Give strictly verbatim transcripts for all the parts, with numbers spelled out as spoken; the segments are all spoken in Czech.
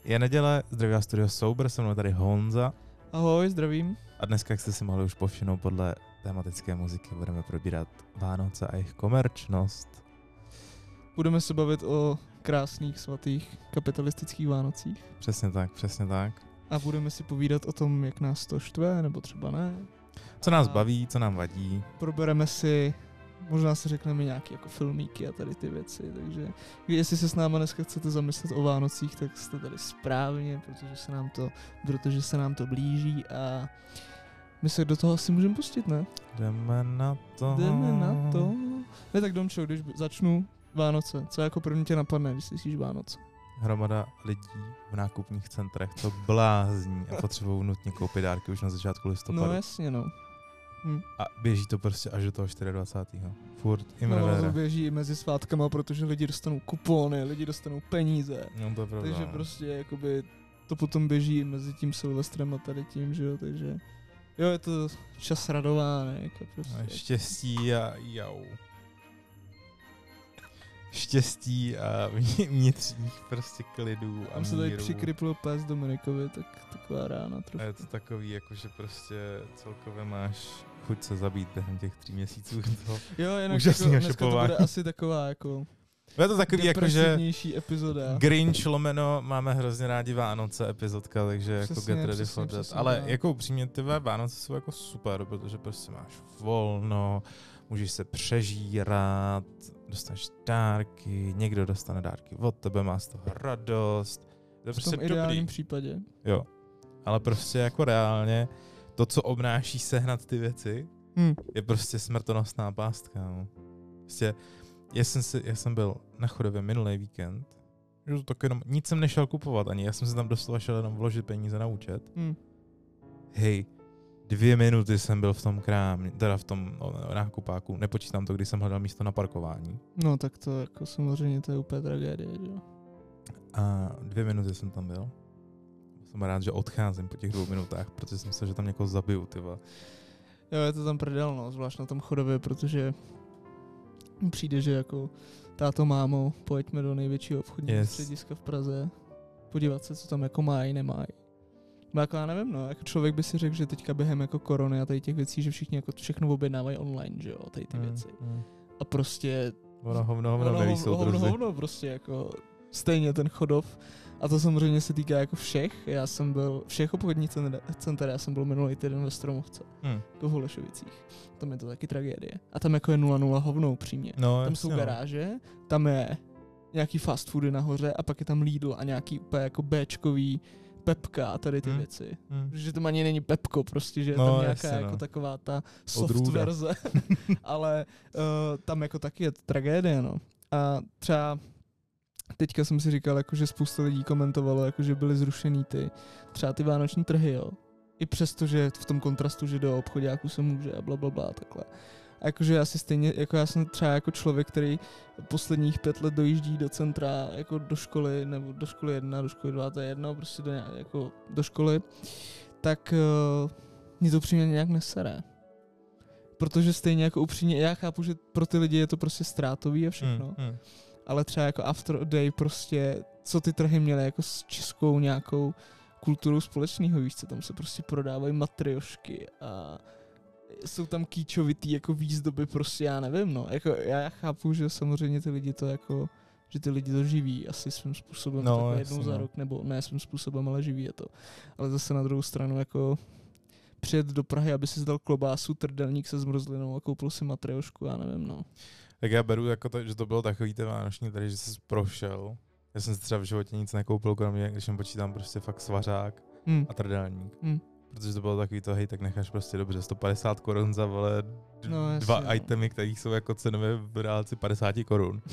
Je neděle, zdraví vás Studio Sober, se mnou tady Honza. Ahoj, zdravím. A dneska, jak jste si mohli už povšimnout podle tematické muziky, budeme probírat Vánoce a jejich komerčnost. Budeme se bavit o krásných, svatých, kapitalistických Vánocích. Přesně tak, přesně tak. A budeme si povídat o tom, jak nás to štve, nebo třeba ne. Co nás a baví, co nám vadí. Probereme si, možná si řekneme nějaké jako filmíky a tady ty věci, takže jestli se s náma dneska chcete zamyslet o Vánocích, tak jste tady správně, protože se nám to, protože se nám to blíží a my se do toho asi můžeme pustit, ne? Jdeme na to. Jdeme na to. Ne, tak Domčo, když začnu Vánoce, co jako první tě napadne, když slyšíš Vánoce? Hromada lidí v nákupních centrech to blázní a potřebují nutně koupit dárky už na začátku listopadu. No jasně, no. Hm. A běží to prostě až do toho dvacátého čtvrtého Furt i No, mrvére. to běží mezi svátkama, protože lidi dostanou kupony, lidi dostanou peníze. No to je pravda. Takže prostě jakoby to potom běží mezi tím Silvestrem a tady tím, že jo, takže jo, je to čas radovánek a prostě. A štěstí a jau. Štěstí a vnitřních prostě klidů a Tam se tady míru. přikrypl pes Dominikovi, tak taková rána trochu. A je to takový, jako že prostě celkově máš chuť se zabít během těch tří měsíců. To Jo, jinak úžasného jako, dneska to šopování. bude asi taková jako je to takový, jako že depresivnější epizoda. Grinch lomeno, máme hrozně rádi Vánoce epizodka, takže jako Přesně, get ready přesně, for that. přesně, Ale no. jako upřímně ty Vánoce jsou jako super, protože prostě máš volno, můžeš se přežírat, dostaneš dárky, někdo dostane dárky od tebe, má z toho radost. To je V prostě tom ideálním dobrý. případě. Jo, ale prostě jako reálně to, co obnáší sehnat ty věci, Hm. je prostě smrtonosná pástka. No. Prostě, já jsem, si, já jsem byl na Chodově minulý víkend, že to tak jenom, nic jsem nešel kupovat ani, já jsem si tam doslova šel jenom vložit peníze na účet. Hm. Hej, dvě minuty jsem byl v tom krámě, teda v tom no, nákupáku, nepočítám to, když jsem hledal místo na parkování. No tak to jako samozřejmě to je úplně tragédie, že jo. A dvě minuty jsem tam byl. Jsem rád, že odcházím po těch dvou minutách, protože jsem se, že tam někoho zabiju, tyva. Jo, je to tam prdel, no, zvlášť na tom Chodově, protože přijde, že jako táto, mámo, pojďme do největšího obchodního Yes. střediska v Praze, podívat se, co tam jako mají, nemají. No jako já nevím, no, jako člověk by si řekl, že teďka během jako korony a tady těch věcí, že všichni jako všechno objednávají online, že jo, tady ty věci. Mm. A prostě Ono hovno, hovno, ono, neví hovno, hovno, soudruzi. hovno, prostě jako stejně ten Chodov. A to samozřejmě se týká jako všech. Já jsem byl, všech obchodních center, já jsem byl minulý týden ve Stromovce, Hmm. do Holešovicích. Tam je to taky tragédie. A tam jako je nula nula hovno upřímně. No, Tam jasně, jsou no. garáže, tam je nějaký fast foody nahoře a pak je tam Lidl a nějaký úplně jako Bčkový Pepka a tady ty Hmm. věci. Hmm. Že tam ani není Pepko, prostě, že je No, tam nějaká jasně, jako no. taková ta soft Odrůda. verze. Ale uh, tam jako taky je to tragédie, no. A třeba teďka jsem si říkal, jako, že spousta lidí komentovalo, jako, že byly zrušený ty, třeba ty vánoční trhy, jo. I přesto, že v tom kontrastu, že do obchodáků se může a blablabla a takhle. A jakože já si stejně, jako já jsem třeba jako člověk, který posledních pět let dojíždí do centra, jako do školy, nebo do školy jedna, do školy dva, to je jedno, prostě do, nějak, jako do školy, tak uh, mě to upřímně nějak nesere. Protože stejně jako upřímně, já chápu, že pro ty lidi je to prostě ztrátový a všechno, Hmm. Hmm. ale třeba jako after a day prostě, co ty trhy měly jako s českou nějakou kulturou společného, víš co, tam se prostě prodávají matriošky a jsou tam kýčovitý jako výzdoby, prostě já nevím, no, jako já chápu, že samozřejmě ty lidi to jako, že ty lidi to živí asi svým způsobem, No, takhle jasně, jednou za no. rok, nebo ne svým způsobem, ale živí je to. Ale zase na druhou stranu jako přijet do Prahy, aby si zdal klobásu, trdelník se zmrzlinou a koupil si matriošku, já nevím, no. Tak já beru, jako to, že to bylo takový ten vánoční tady, že jsi prošel. Já jsem si třeba v životě nic nekoupil, kromě, když jen počítám prostě fakt svařák Hm. a trdelník. Hm. Protože to bylo takový to, hej, tak necháš prostě dobře, sto padesát korun za vole, d- No, jasně, dva no. itemy, které jsou jako cenově v reálci padesát korun.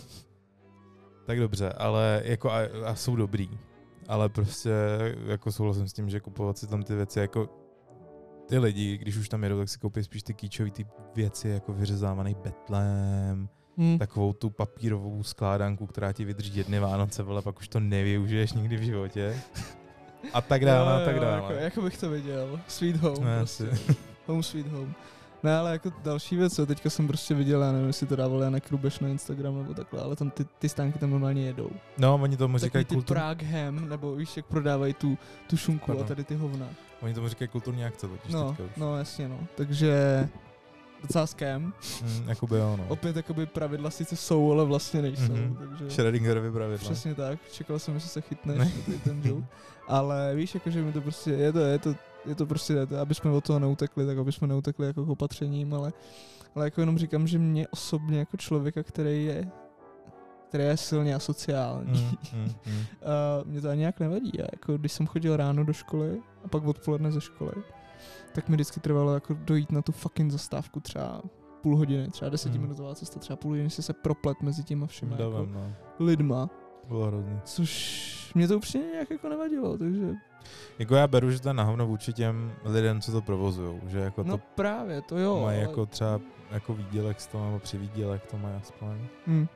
Tak dobře, ale jako a, a jsou dobrý. Ale prostě jako souhlasím s tím, že kupovat si tam ty věci jako ty lidi, když už tam jedou, tak si koupí spíš ty kýčový ty věci, jako vyřezávaný betlém, Hm. takovou tu papírovou skládanku, která ti vydrží jedny Vánoce, vole, pak už to nevyužiješ nikdy v životě. A tak dále, a tak dále. Jako, jako bych to viděl. Sweet home, No, prostě. asi. Home sweet home. Ne, ale jako další věc, co teďka jsem prostě viděl, já nevím, jestli to dával Janek Rubeš na Instagram nebo takhle, ale tam ty, ty stánky tam normálně jedou. No, oni tomu říkají kulturní. Takový ty Prague Ham, nebo víš, jak prodávají tu, tu šunku Pardon. a tady ty hovna. Oni tomu říkají kulturní akce totiž no, teďka už. No, jasně no, takže docela scam. Mm, jakoby jo, no. Opět jakoby pravidla sice jsou, ale vlastně nejsou. Mm-hmm. Takže Schrödingerovy pravidla. Přesně tak, čekal jsem, jestli se chytneš ten joke. Ale víš, jakože mi to prostě, je to, je to, je to prostě, je to, aby jsme od toho neutekli, tak aby jsme neutekli jako k opatřením, ale, ale jako jenom říkám, že mě osobně jako člověka, který je, který je silně asociální, mm, mm, mm. uh, mě to ani nějak nevadí. Já jako, když jsem chodil ráno do školy a pak odpoledne ze školy, tak mi vždycky trvalo jako dojít na tu fucking zastávku třeba půl hodiny, třeba desetiminutová cesta, třeba půl hodiny si se proplet mezi těma všema Dávám, jako no. lidma. Bylo hrozný. Což mě to upřímně nějak jako nevadilo, takže... Jako já beru, že to je na hovno vůči těm lidem, co to provozujou, že jako no to právě, to jo. mají ale... jako třeba jako výdělek z toho, nebo přivýdělek to mají aspoň. Hmm.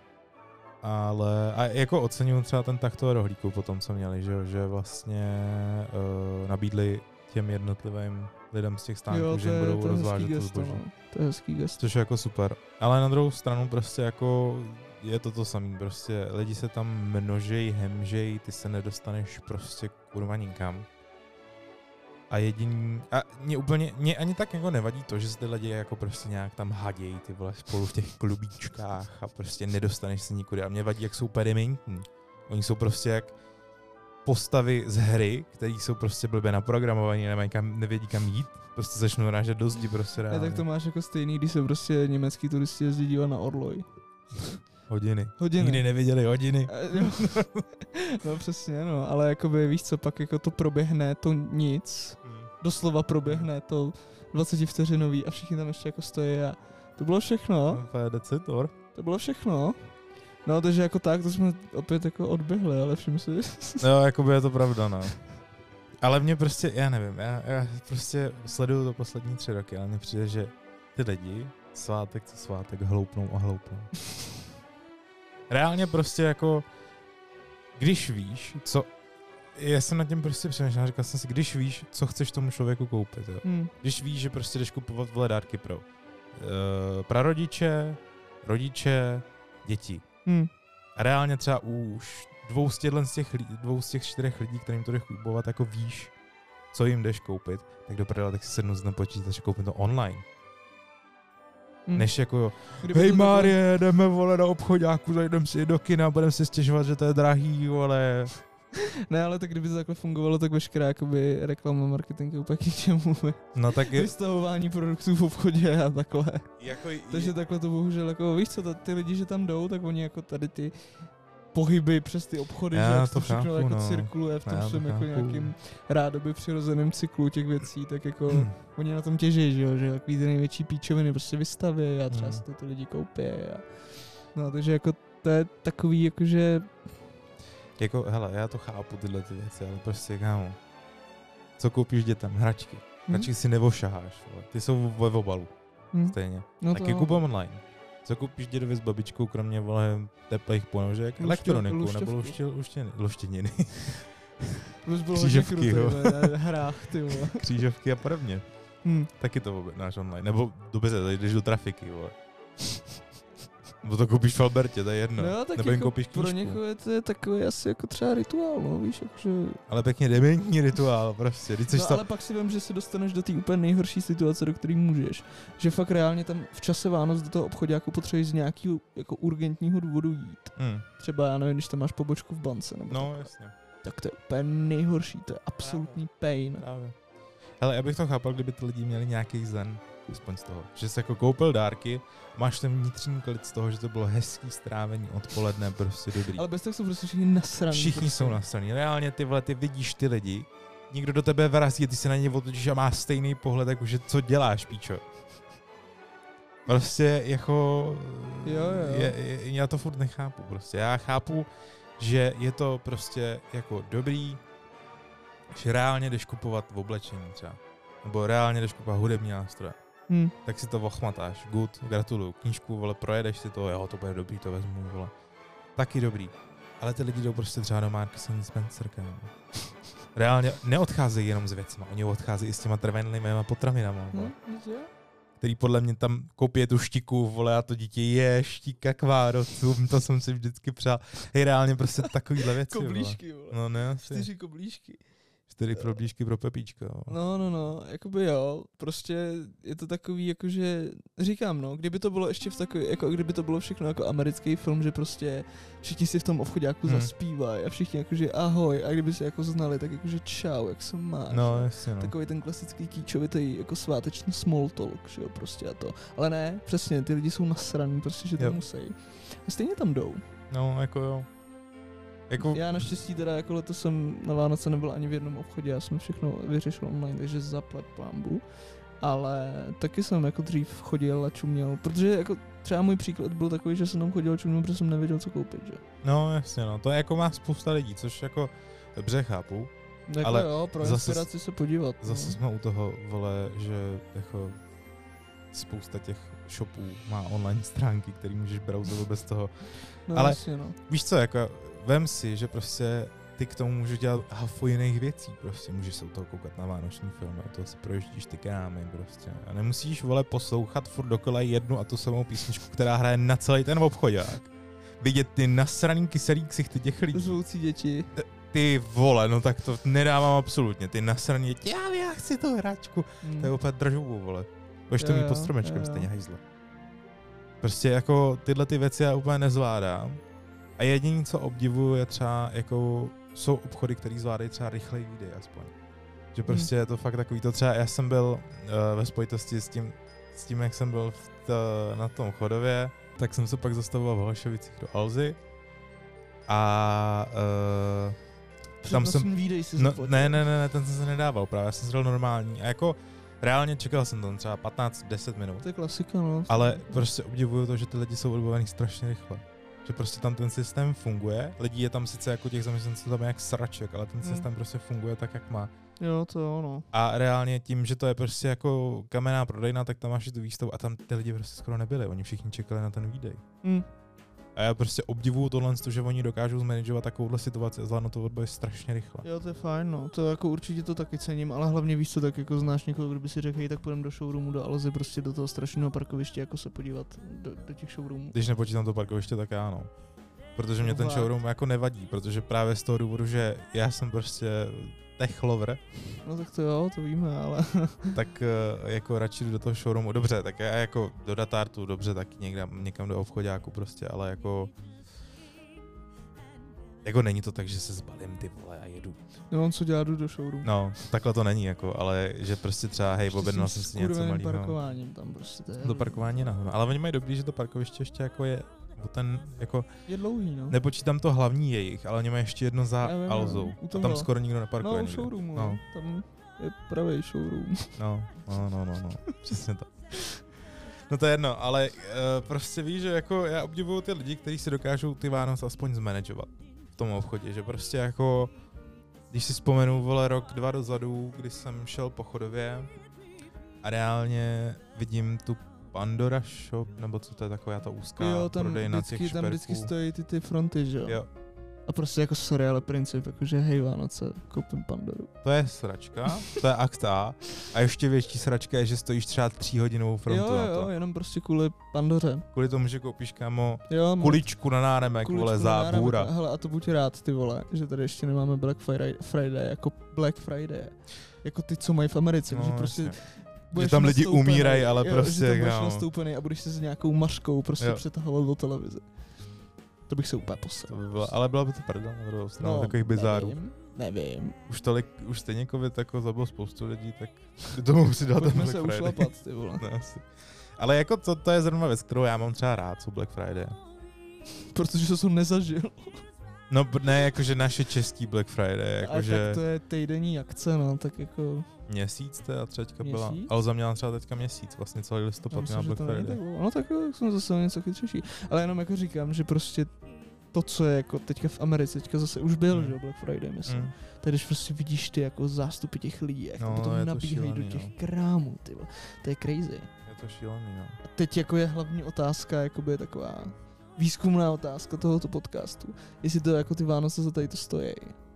Ale a jako oceňuju třeba ten tah toho rohlíku po tom, co měli, že, že vlastně uh, nabídli těm jednotlivým lidem z těch stánků, jo, že jim budou rozvážet to zboží. No. To je hezký gest. Což je jako super. Ale na druhou stranu prostě jako je to to samý. Prostě lidi se tam množej, hemžej, ty se nedostaneš prostě kurva nikam. A jediný, a mě úplně, mě ani tak jako nevadí to, že se ty lidi jako prostě nějak tam hadějí, ty vole, spolu v těch klubíčkách a prostě nedostaneš se nikudy. A mě vadí, jak jsou pedementní. Oni jsou prostě jak postavy z hry, které jsou prostě blbě naprogramované, nemají kam, nevědí kam jít, prostě začnou narážet do zdi prostě reálně. Tak to máš jako stejný, když se prostě německý turisti jezdí dívat na orloj. Hodiny. Hodiny. Nikdy neviděli hodiny. No přesně, no, ale jakoby víš co, pak jako to proběhne, to nic, hmm. doslova proběhne to dvacetivteřinový a všichni tam ještě jako stojí a to bylo všechno. Decitor. To bylo všechno. No, takže jako tak, to jsme opět jako odběhli, ale všim si. No, jakoby je to pravda, no. Ale mě prostě, já nevím, já, já prostě sleduju to poslední tři roky, ale mně přijde, že ty lidi svátek co svátek hloupnou a hloupnou. Reálně prostě jako, když víš, co, já jsem nad tím prostě přemýšlel, říkal jsem si, když víš, co chceš tomu člověku koupit, jo. Hmm. Když víš, že prostě jdeš kupovat vole dárky pro uh, prarodiče, rodiče, děti. Hmm. A reálně třeba už dvou z, z těch, dvou z těch čtyřech lidí, kterým to jdeš kupovat, jako víš, co jim jdeš koupit, tak do prdele, tak si sednu na počítač a koupím to online. Hmm. Než jako, Kdyby hej Márie, takhle... jdeme vole na obchodáku, zajdeme si do kina, budeme si stěžovat, že to je drahý, vole. Ne, ale tak kdyby to takhle fungovalo, tak veškerá jakoby reklama, marketing je úplně k ničemu. No tak je... Vystavování produktů v obchodě a takhle. Jako je... Takže takhle to bohužel, jako víš co, ty lidi, že tam jdou, tak oni jako tady ty pohyby přes ty obchody, já že to všechno chápu, jako no. cirkuluje v tom všem jako nějakým rádoby přirozeném cyklu těch věcí, tak jako hmm. oni na tom těží, že jo, že takový ty největší píčoviny prostě vystaví a třeba hmm. si to ty lidi koupí a no, takže jako to je takový jakože jako, hele, já to chápu tyhle ty věci, ale prostě kámo, co koupíš dětem? Hračky. Hračky hmm. si nevošaháš, vole. Ty jsou ve obalu, hmm. stejně. No taky kup online. Co koupíš dědovi s babičkou, kromě vole teplých ponožek, elektroniku nebo luštěniny. Luštěniny. Křížovky, jo. Hrách, ty vole. Křížovky a podobně. Hmm. Taky to objednáš online. Nebo dobře, tady jdeš do trafiky, vole. Nebo to koupíš v Albertě, to je jedno. No, tak nebo jako koupíš knížku. Pro někoho je to je takový asi jako třeba rituál, no, víš, jakože... Ale pěkně dementní rituál, prostě. No, to... ale pak si vím, že se dostaneš do té úplně nejhorší situace, do které můžeš. Že fakt reálně tam v čase Vánoc do toho obchodáku potřebuješ z nějakého jako urgentního důvodu jít. Hmm. Třeba, já nevím, když tam máš pobočku v bance, nebo no, tak. jasně. Tak to je úplně nejhorší, to je absolutní pain. Právě. Hele, já bych to chápal, kdyby ty lidi měli nějaký zen. Aspoň z toho, že jsi jako koupil dárky, máš ten vnitřní klid z toho, že to bylo hezký strávení odpoledne, prostě dobrý. Ale bez toho jsou prostě všichni nasraní. Všichni prostě. Jsou nasraní. Reálně ty vole, ty vidíš ty lidi, někdo do tebe vrazí, ty se na ně otočíš a má stejný pohled, jakože co děláš, píčo. Prostě jako... Jo, jo. Je, je, já to furt nechápu prostě. Já chápu, že je to prostě jako dobrý, že reálně jdeš kupovat v oblečení třeba. Nebo reálně jdeš kupovat hudební nástroje. Hmm. Tak si to ochmatáš. Good, gratuluju. Knížku, vole, projedeš si to, jo, to bude dobrý, to vezmu, vole. Taky dobrý. Ale ty lidi jdou prostě třeba do Marks and Spencer, Reálně neodcházejí jenom s věcma, oni odcházejí i s těma trvanlivými potravinama, vole. Hmm, který podle mě tam koupí tu štiku, vole, a to dítě je štika k Vánocům, to jsem si vždycky přál. Hej, reálně prostě takovýhle věci. Koblížky, vole. No ne, asi. Čtyři koblížky. Čtyři koblížky pro Pepíčka. Jo. No, no, no, jakoby jo, prostě je to takový, jakože, říkám no, kdyby to bylo ještě v takový, jako kdyby to bylo všechno jako americký film, že prostě všichni si v tom obchodáku hmm. zaspívají a všichni jakože ahoj, a kdyby se jako znali, tak jakože čau, jak se máš. No, jasně, no. Takový ten klasický kýčovitý jako sváteční small talk, že jo, prostě a to. Ale ne, přesně, ty lidi jsou nasraný, prostě, že to jo. musí. A stejně tam jdou. No, jako jo. Jako... Já naštěstí teda jako letos jsem na Vánoce nebyl ani v jednom obchodě, já jsem všechno vyřešil online, takže zaplať pánbu. Ale taky jsem jako dřív chodil a čuměl, protože jako třeba můj příklad byl takový, že jsem tam chodil a čuměl, protože jsem nevěděl, co koupit, že? No jasně, no, to je jako má spousta lidí, což jako dobře chápu. Jako ale jo, pro inspiraci zase, se podívat. Zase no. jsme u toho, vole, že jako spousta těch shopů má online stránky, který můžeš browsovat bez toho. No, ale jasně, no. Víš co, jako vem si, že prostě ty k tomu můžeš dělat hafo jiných věcí, prostě můžeš se u toho koukat na vánoční film, a to si projíždíš ty krámy prostě. A nemusíš, vole, poslouchat furt dokola jednu a tu samou písničku, která hraje na celý ten obchodák. Vidět ty nasraný kyselý ksichty těch lidí. Zvoucí děti. Ty vole, no tak to nedávám absolutně, ty nasraný děti, já, já chci tu hračku. Hmm. To je úplně držovou, vole. Budeš to mít pod stromečkem, stejně hajzle. Prostě jako tyhle ty věci já úplně nezvládám. A jediné, co obdivuju, je třeba, jako jsou obchody, které zvládají třeba rychlej výdej aspoň. Že prostě hmm. je to fakt takový to třeba, já jsem byl uh, ve spojitosti s tím, s tím, jak jsem byl v to, na tom Chodově, tak jsem se pak zastavoval v Holešovicích do Alzy. A uh, tam jsem... výdej si no, ne, ne, ne, ten jsem se nedával právě, já jsem zřel normální. A jako reálně čekal jsem tam třeba patnáct deset minut. To je klasika, no. Ale prostě obdivuju to, že ty lidi jsou odbavený strašně rychle. Že prostě tam ten systém funguje, lidí je tam sice jako těch zaměstnanců tam jak sraček, ale ten systém hmm. prostě funguje tak, jak má. Jo, to jo, no. A reálně tím, že to je prostě jako kamenná prodejna, tak tam máš i tu výstavu a tam ty lidi prostě skoro nebyli, oni všichni čekali na ten výdej. Hmm. A já prostě obdivuju tohle, že oni dokážou zmanagovat takovouhle situaci a zvládnout to odbavit strašně rychle. Jo, to je fajn, no. To jako určitě to taky cením, ale hlavně víš co, tak jako znáš někoho, kdo by si řekl, tak půjdeme do showroomu, do Alzy, prostě do toho strašného parkoviště, jako se podívat do, do těch showroomů. Když nepočítám to parkoviště, tak já no. Protože mě ten showroom jako nevadí, protože právě z toho důvodu, že já jsem prostě tech lover. No tak to jo, to víme, ale... tak jako radši jdu do toho showroomu, dobře, tak já jako do Datartu, dobře, tak někde, někam do obchodáku prostě, ale jako... Jako není to tak, že se zbalím ty vole a jedu. Nemám co dělat, jdu do showroomu. No, takhle to není jako, ale že prostě třeba hej, objednal jsem si něco malýho. Parkováním tam prostě. To, je to parkování na ale oni mají dobrý, že to parkoviště ještě jako je... ten jako... Je dlouhý, no. Nepočítám to hlavní jejich, ale oni mají ještě jedno za vím, Alzou. A tam skoro nikdo neparkuje. No, u showroomu, no. Tam je pravý showroom. No, no, no, no, no. Přesně tak. No to je jedno, ale uh, prostě víš, že jako já obdivuju ty lidi, kteří si dokážou ty Vánoce aspoň zmanagovat v tom obchodě, že prostě jako, když si vzpomenu, vole, rok, dva dozadu, kdy jsem šel po Chodově a reálně vidím tu Pandora Shop, nebo co to je taková ta úzká jo, tam prodejna vždycky, těch tam vždycky šperků. stojí ty, ty fronty, že jo? Jo. A prostě jako sorry, ale princip, jakože hej Vánoce, koupím Pandoru. To je sračka, to je akta. A ještě větší sračka je, že stojíš třeba tříhodinovou frontu jo, na jo, to. Jo, jenom prostě kvůli Pandoře. Kvůli tomu, že koupíš, kámo, jo, kuličku na náremek, kuličku vole, na za náremek. bůra. Hele, a to buď rád, ty vole, že tady ještě nemáme Black Friday, jako Black Friday. Jako ty, co mají v Americe, no, že prostě... Že tam lidi umírají, ale jo, prostě, že tam budeš nastoupený a budeš se s nějakou maškou prostě jo. přetahovat do televize. To bych se úplně poslal. To by bylo, ale bylo by to prdel na druhou stranu, no, takových bizárů. Nevím, nevím. Už tolik, už stejně covid jako zabil spoustu lidí, tak k tomu přidat ten Black se Friday. ušlapat, ty vole. No, asi. Ale jako to, to je zrovna věc, kterou já mám třeba rád, jsou Black Friday. Protože jsem to nezažil. No ne, jakože naše český Black Friday, jakože... tak to je týdenní akce, no, tak jako... Měsíc to teďka měsíc? byla. Ale za měla třeba teďka měsíc, vlastně celý listopad měla Black Friday. Tak, no tak jo, jsem zase něco chytřejší. Ale jenom jako říkám, že prostě to, co je jako teďka v Americe, teďka zase už byl, mm. že Black Friday, myslím. Mm. Tak když prostě vidíš ty jako zástupy těch lidí, jak no, potom nabíhají do těch no. krámů, ty vole. To je crazy. Je to šílený, no. A teď jako je hlavní otázka, jakoby taková výzkumná otázka tohoto podcastu. Jestli to jako ty Vánoce za tady to stojí.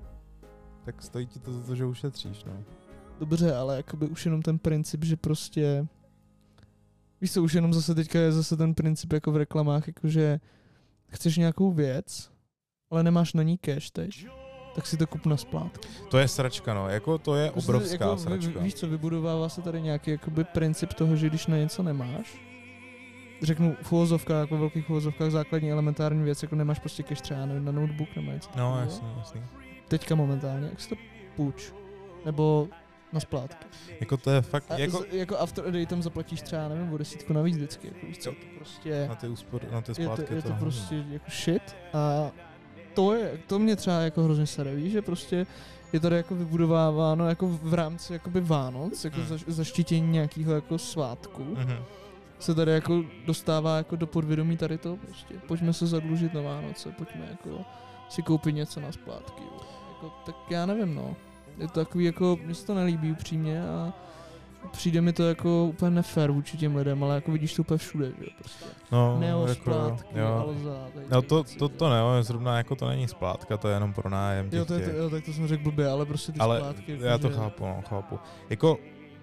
Tak stojí ti to za to, že ušetříš, no. Dobře, ale jakoby už jenom ten princip, že prostě Víš co, už jenom zase teďka je zase ten princip jako v reklamách, jakože chceš nějakou věc, ale nemáš na ní cash teď, tak si to kup na splátky. To je sračka, no, jako to je Prostě obrovská jako, sračka. Víš co, vybudovává se tady nějaký jakoby princip toho, že když na něco nemáš, řeknu v uvozovkách, jako v velkých uvozovkách základní elementární věc, jako nemáš prostě cash třeba nevím, na notebook nebo něco. No, jasný, jasný. Teďka momentálně, jak si to půjč, nebo na splátky. Jako to je fakt, A jako... z, jako after a day tam zaplatíš třeba, nevím, o desítku navíc vždycky, jako víš co, to prostě... Na ty, úspor, na ty je splátky to, je to, to to prostě jako shit a to je, to mě třeba jako hrozně sere, víš, že prostě je tady jako vybudováváno jako v rámci jakoby Vánoc, jako mm. za, zaštítění nějakého jako svátku, mm-hmm. se tady jako dostává jako do podvědomí tady to prostě, pojďme se zadlužit na Vánoce, pojďme jako si koupit něco na splátky, jako, tak já nevím, no, je to takový jako, mně se to nelíbí upřímně a přijde mi to jako úplně nefér vůči těm lidem, ale jako vidíš to úplně všude, že jo, prostě. No, Neo jako, splátky, jo. Alza, No to, to, to ne, zrovna jako to není splátka, to je jenom pro nájem těch jo, to je to, jo, tak to jsem řekl blbě, ale prostě ty ale splátky. Jako já to že... chápu, no, chápu. Jako,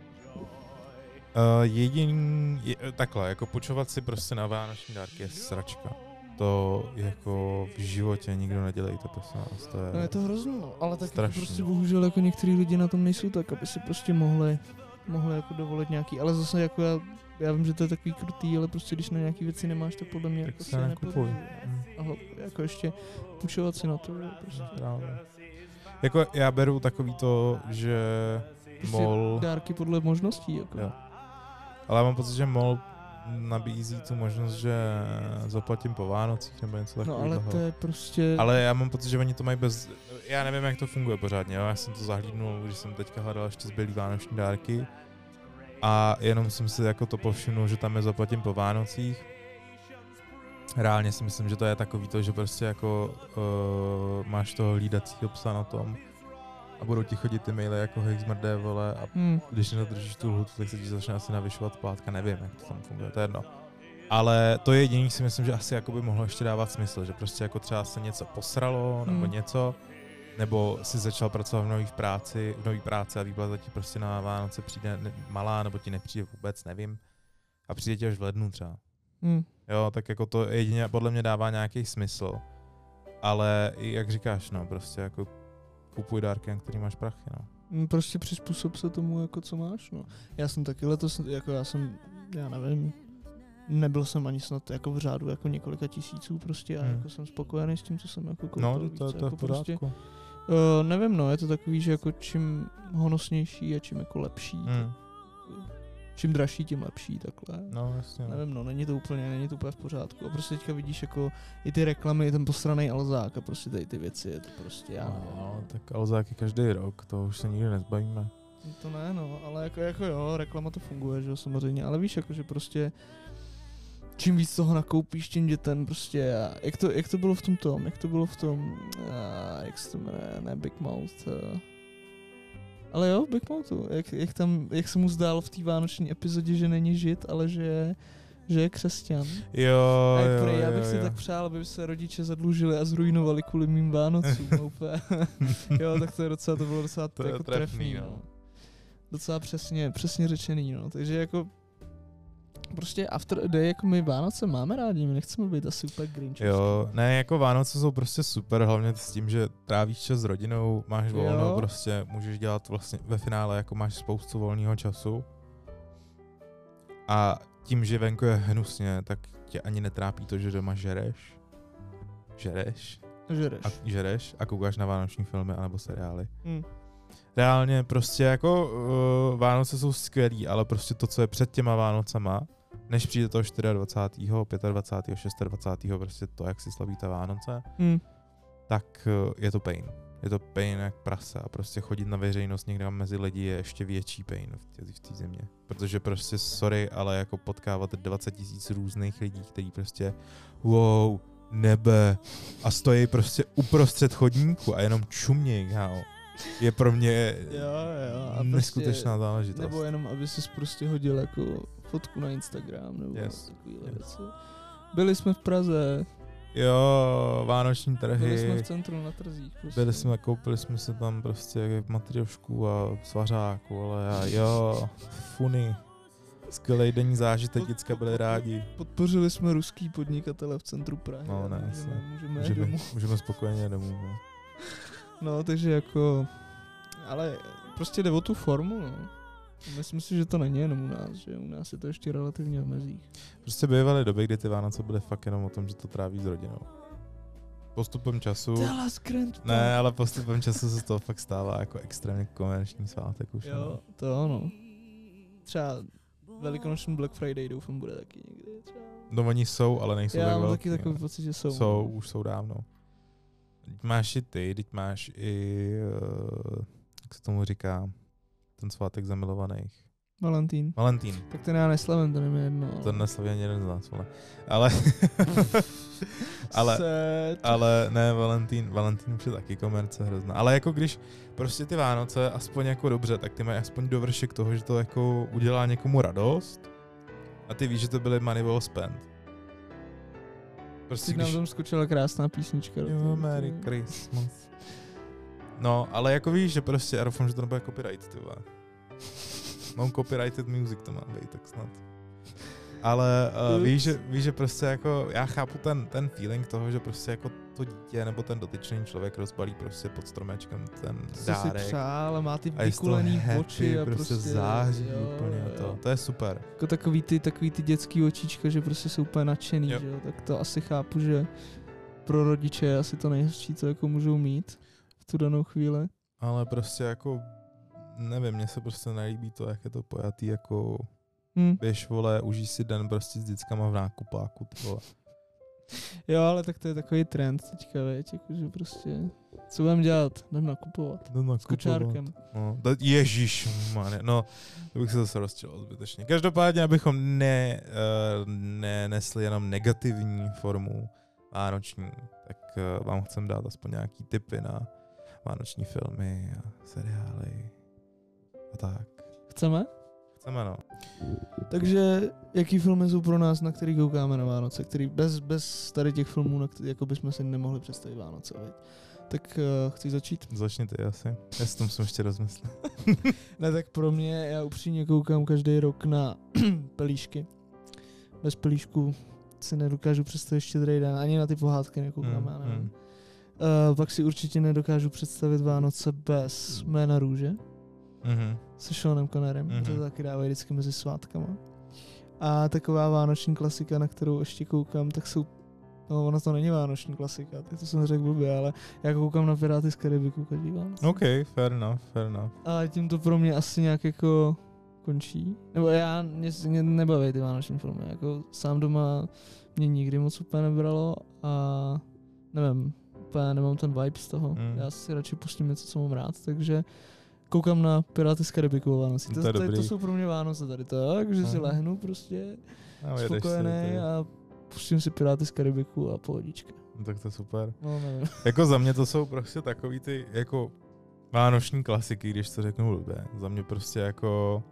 uh, jediný, je, takhle, jako počovat si prostě na vánoční dárky je sračka. To jako v životě nikdo nedělejte, prosím vás, to je... No je to hrozný, no, ale tak jako strašný. prostě bohužel jako některý lidi na tom nejsou tak, aby si prostě mohli, mohli jako dovolit nějaký, ale zase jako já, já vím, že to je takový krutý, ale prostě když na nějaký věci nemáš, tak podle mě Tak jako se se nekupuj. nepovolí. A hlo, jako ještě půjčovat si na to, jo, prostě. Právě. Jako já beru takový to, že Prostě mol... dárky podle možností, jako. Jo. Ale já mám pocit, že mol nabízí tu možnost, že zaplatím po Vánocích nebo něco No takového. ale to je prostě... Ale já mám pocit, že oni to mají bez... Já nevím, jak to funguje pořádně, jo? Já jsem to zahlídnul, když jsem teďka hledal ještě zbylý vánoční dárky a jenom jsem si jako to povšimnul, že tam je zaplatím po Vánocích. Reálně si myslím, že to je takový to, že prostě jako uh, máš toho hlídacího psa na tom a budou ti chodit ty maily jako hej zmrdé, vole, a hmm. když nedodržíš tu lhutu, tak se ti začne asi navyšovat splátka, nevím, jak to tam funguje, to je jedno. Ale to je jediný, si myslím, že asi jako by mohlo ještě dávat smysl, že prostě jako třeba se něco posralo, nebo Hmm. něco, nebo si začal pracovat v nový práci, v nový práci a výplata ti prostě na Vánoce přijde ne- malá, nebo ti nepřijde vůbec, nevím. A přijde ti až v lednu třeba. Hmm. Jo, tak jako to jedině podle mě dává nějaký smysl. Ale i jak říkáš, no, prostě jako kupuj dárky, na který máš prachy, no. Mm, Prostě přizpůsob se tomu, jako co máš, no. Já jsem taky letos, jako já jsem, já nevím, nebyl jsem ani snad jako v řádu jako několika tisíců prostě a Hmm. jako jsem spokojený s tím, co jsem jako koupil. No, víš to, co, to je jako v pořádku. prostě, uh, nevím, no, je to takový, že jako čím honosnější a čím jako lepší, Hmm. čím dražší, tím lepší, takhle. No, jasně. No. Nevím, no, není to úplně, není to úplně v pořádku. A prostě teďka vidíš jako i ty reklamy, i ten posranej Alzák a prostě tady ty věci, je to prostě, já nevím. No, tak Alzáky každý rok, to už se nikdy nezbavíme. To ne, no, ale jako, jako jo, reklama to funguje, že jo, samozřejmě, ale víš, jako, že prostě čím víc toho nakoupíš těm dětem, prostě, a jak to, jak to bylo v tom tom, jak to bylo v tom, a, jak se to jmenuje, ne Big Mouth, a, ale jo, Big Mouthu, jak, jak tam, jak se mu zdálo v té vánoční epizodě, že není žid, ale že je, že je křesťan. Jo, A jo, prej, já bych jo, si jo. tak přál, aby se rodiče zadlužili a zrujnovali kvůli mým Vánocům. no, úplně. Jo, tak to je docela, to bylo docela To je jako trefný, trefný, no. no. Docela přesně, přesně řečený, no. Takže jako prostě after a day, jako my Vánoce máme rádi, my nechceme být asi úplně grinčovský. Jo, ne, jako Vánoce jsou prostě super, hlavně s tím, že trávíš čas s rodinou, máš volno, Jo. prostě můžeš dělat vlastně ve finále, jako máš spoustu volného času. A tím, že venku je hnusně, tak tě ani netrápí to, že doma žereš. Žereš. Žereš. A žereš a koukáš na vánoční filmy anebo seriály. Hm. Reálně prostě jako uh, Vánoce jsou skvělý, ale prostě to, co je před těma Vánocema, než přijde toho dvacátého čtvrtého, dvacátého pátého, dvacátého šestého, prostě to, jak si slaví ta Vánoce, Hm. tak uh, je to pain. Je to pain jak prase a prostě chodit na veřejnost někde mezi lidi je ještě větší pain v té v té zimě. Protože prostě sorry, ale jako potkávat dvacet tisíc různých lidí, kteří prostě wow, nebe a stojí prostě uprostřed chodníku a jenom čumějí, kámo. Je pro mě Jo, jo. A neskutečná prostě, záležitost. nebo jenom, aby si prostě hodil jako fotku na Instagram, nebo Yes. takovýhle Yes. věci. Byli jsme v Praze, Jo, vánoční byli jsme v trhy. centru na trzích. Prostě. Byli jsme, koupili jsme se tam prostě matriošku a svařáku, ale já, jo, funy. Skvělej denní zážitek, děcka byli rádi. Podpořili jsme ruský podnikatele v centru Prahy. No, ne, můžeme, můžeme, můžeme, domů. můžeme spokojeně domů. No. no, takže jako, ale prostě jde o tu formu, no. Myslím si, že to není jenom u nás, že u nás je to ještě relativně v mezích. Prostě bývaly doby, kdy ty Vánoce byly fakt jenom o tom, že to tráví s rodinou. Postupem času... Ne, ale postupem času se z toho fakt stává jako extrémně komerční svátek už. Jo, no. to ono. Třeba velikonoční Black Friday doufám bude taky někdy. Třeba. No oni jsou, ale nejsou Já tak mám velký. taky takový pocit, že jsou. Jsou, už jsou dávno. Teď máš i ty, teď máš i, uh, jak se tomu říká, ten svátek zamilovaných. Valentín. Valentín. Tak ten já neslavím, to není jedno. To neslaví ani jeden z nás, vole. Ale, ale, ale ne, Valentín, Valentín už je taky komerce hrozná. Ale jako když prostě ty Vánoce aspoň jako dobře, tak ty mají aspoň dovršek toho, že to jako udělá někomu radost a ty víš, že to byly money well spent. Prostě když... nám tam skočila krásná písnička. Jo, Merry Christmas. No, ale jako víš, že prostě, já doufám, že to nebude copyright, ty vole. No, copyrighted music to má být, tak snad. Ale uh, víš, že, víš, že prostě jako, já chápu ten, ten feeling toho, že prostě jako to dítě nebo ten dotyčný člověk rozbalí prostě pod stromečkem ten to dárek. Si přál a má ty vykulený oči a prostě, prostě září jo, úplně jo. to. To je super. Jako takový ty, takový ty dětský očička, že prostě jsou úplně nadšený, jo. že jo, tak to asi chápu, že pro rodiče je asi to nejhezčí, co jako můžou mít v tu danou chvíli. Ale prostě jako nevím, mně se prostě nelíbí to, jak je to pojatý, jako hmm. běž, vole, užij si den prostě s dětskama v nákupáku, vole. Jo, ale tak to je takový trend teďka, veď, jakože prostě, co budeme dělat? Jdem nakupovat. Jdem nakupovat. S kočárkem. No, ježišmane, no, to bych se zase rozčil zbytečně. Každopádně, abychom ne, uh, ne nesli jenom negativní formu vánoční, tak uh, vám chcem dát aspoň nějaký tipy na vánoční filmy a seriály a tak. Chceme? Chceme, no. Takže jaký filmy jsou pro nás, na který koukáme na Vánoce, který bez, bez tady těch filmů, na který, jako bychom si nemohli představit Vánoce, veď? Tak uh, chci začít? Začni ty asi. Já si to musím ještě rozmyslet. Ne, tak pro mě, já upřímně koukám každý rok na Pelíšky. Bez Pelíšku si nedokážu představit Štědrý den, ani na ty pohádky nekoukám, mm, já nevím. Mm. Uh, pak si určitě nedokážu představit Vánoce bez Jména růže. Mm-hmm. Se Seanem Connerem, mm-hmm. to taky dávají vždycky mezi svátkama. A taková vánoční klasika, na kterou ještě koukám, tak jsou, no ona to není vánoční klasika, tak to jsem řekl blbě, ale já koukám na Piráty z Karibiku každý Vánoce. OK, fair enough, fair enough. A tím to pro mě asi nějak jako končí. Nebo já, mě, mě nebaví ty vánoční filmy, jako sám doma mě nikdy moc úplně nebralo a nevím, úplně nemám ten vibe z toho. Mm. Já si radši pustím něco, co mám rád, takže koukám na Piráty z Karibiku o Vánoci. To, to, to, to jsou pro mě Vánoce tady tak, že si lehnu prostě no, spokojený a pustím si Piráty z Karibiku a pohodička. No, tak to je super. No, nevím. Jako za mě to jsou prostě takový ty jako vánoční klasiky, když to řeknu blbě. Za mě prostě jako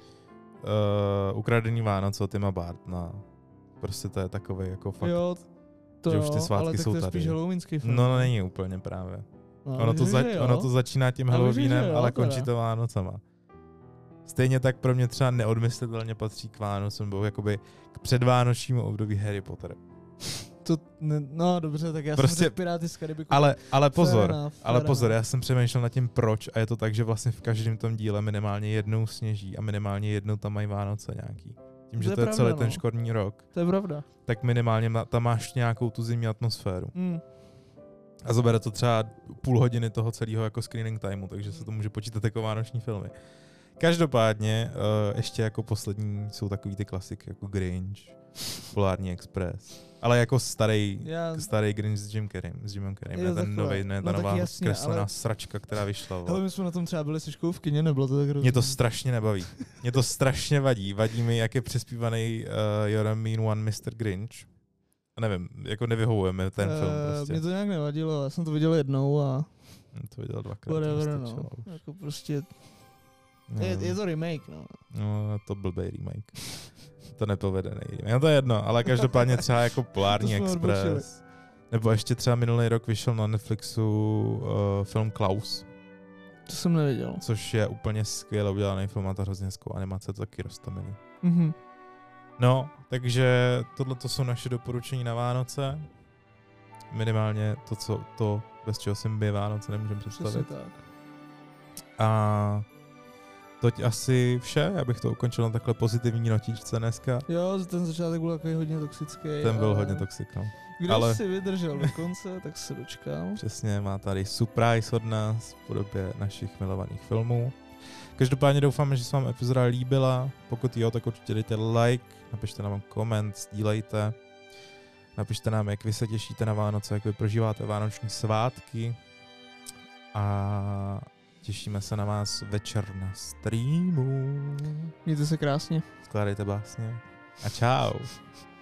uh, Ukradený Vánoce od Tima Bartona. Prostě to je takovej jako fakt, jo, to že už ty svátky ale jsou tak to je tady. Spíš halloweenský film. No, no není úplně právě. No, ono, to zač- ono to začíná tím Halloweenem, jo, ale končí to Vánocema. Stejně tak pro mě třeba neodmyslitelně patří k Vánocům, nebo jakoby k předvánočnímu období Harry Potter. To, ne, no dobře, tak já prostě, jsem řekl Piráty z Karibiku. Ale, ale pozor, fair enough, ale fair pozor, enough. já jsem přemýšlel nad tím proč a je to tak, že vlastně v každém tom díle minimálně jednou sněží a minimálně jednou tam mají Vánoce nějaký. Tím, to že je to je pravda, celý no. ten školní rok. To je pravda. Tak minimálně tam máš nějakou tu zimní atmosféru. Mm. A zabere to třeba půl hodiny toho celého jako screening timeu, takže se to může počítat jako vánoční filmy. Každopádně uh, ještě jako poslední jsou takový ty klasiky jako Grinch, Polární Express. Ale jako starý, Já... starý Grinch s Jim Carreym, s Jimem Carreym, ne ten novej, ne ta no, nová jasně, zkreslená ale... sračka, která vyšla. Ale my jsme na tom třeba byli se školou v kině, nebylo to tak rozumí. Mě to strašně nebaví. Mě to strašně vadí. Vadí mi, jak je přespívaný uh, You're a Mean One mister Grinch. Nevím, jako nevyhovujeme ten uh, film prostě. Mě to nějak nevadilo, já jsem to viděl jednou a... Jsem to viděl dvakrát. Whatever, no. Jako prostě... No. Je, je to remake, no. No, to blbej remake. To nepovedený remake. No to je jedno, ale každopádně třeba jako Polární Express. Odbočili. Nebo ještě třeba minulý rok vyšel na Netflixu uh, film Klaus. To jsem neviděl. Což je úplně skvěle udělaný film, má to hrozně hezkou animace, to taky roztomilý. Mhm. No, takže tohle to jsou naše doporučení na Vánoce. Minimálně to, co, to bez čeho si my Vánoce nemůžeme Přesně představit. tak. A toť asi vše, já bych to ukončil na takhle pozitivní notičce dneska. Jo, ten začátek byl takový hodně toxický. Ten byl ale hodně toxic, no. Kdo ale- si vydržel do konce, tak se dočkal. Přesně, má tady surprise od nás v podobě našich milovaných filmů. Každopádně doufáme, že se vám epizoda líbila. Pokud jo, tak určitě dejte like, napište nám koment, sdílejte. Napište nám, jak vy se těšíte na Vánoce, jak vy prožíváte vánoční svátky. A těšíme se na vás večer na streamu. Mějte se krásně. Skládejte básně. A čau.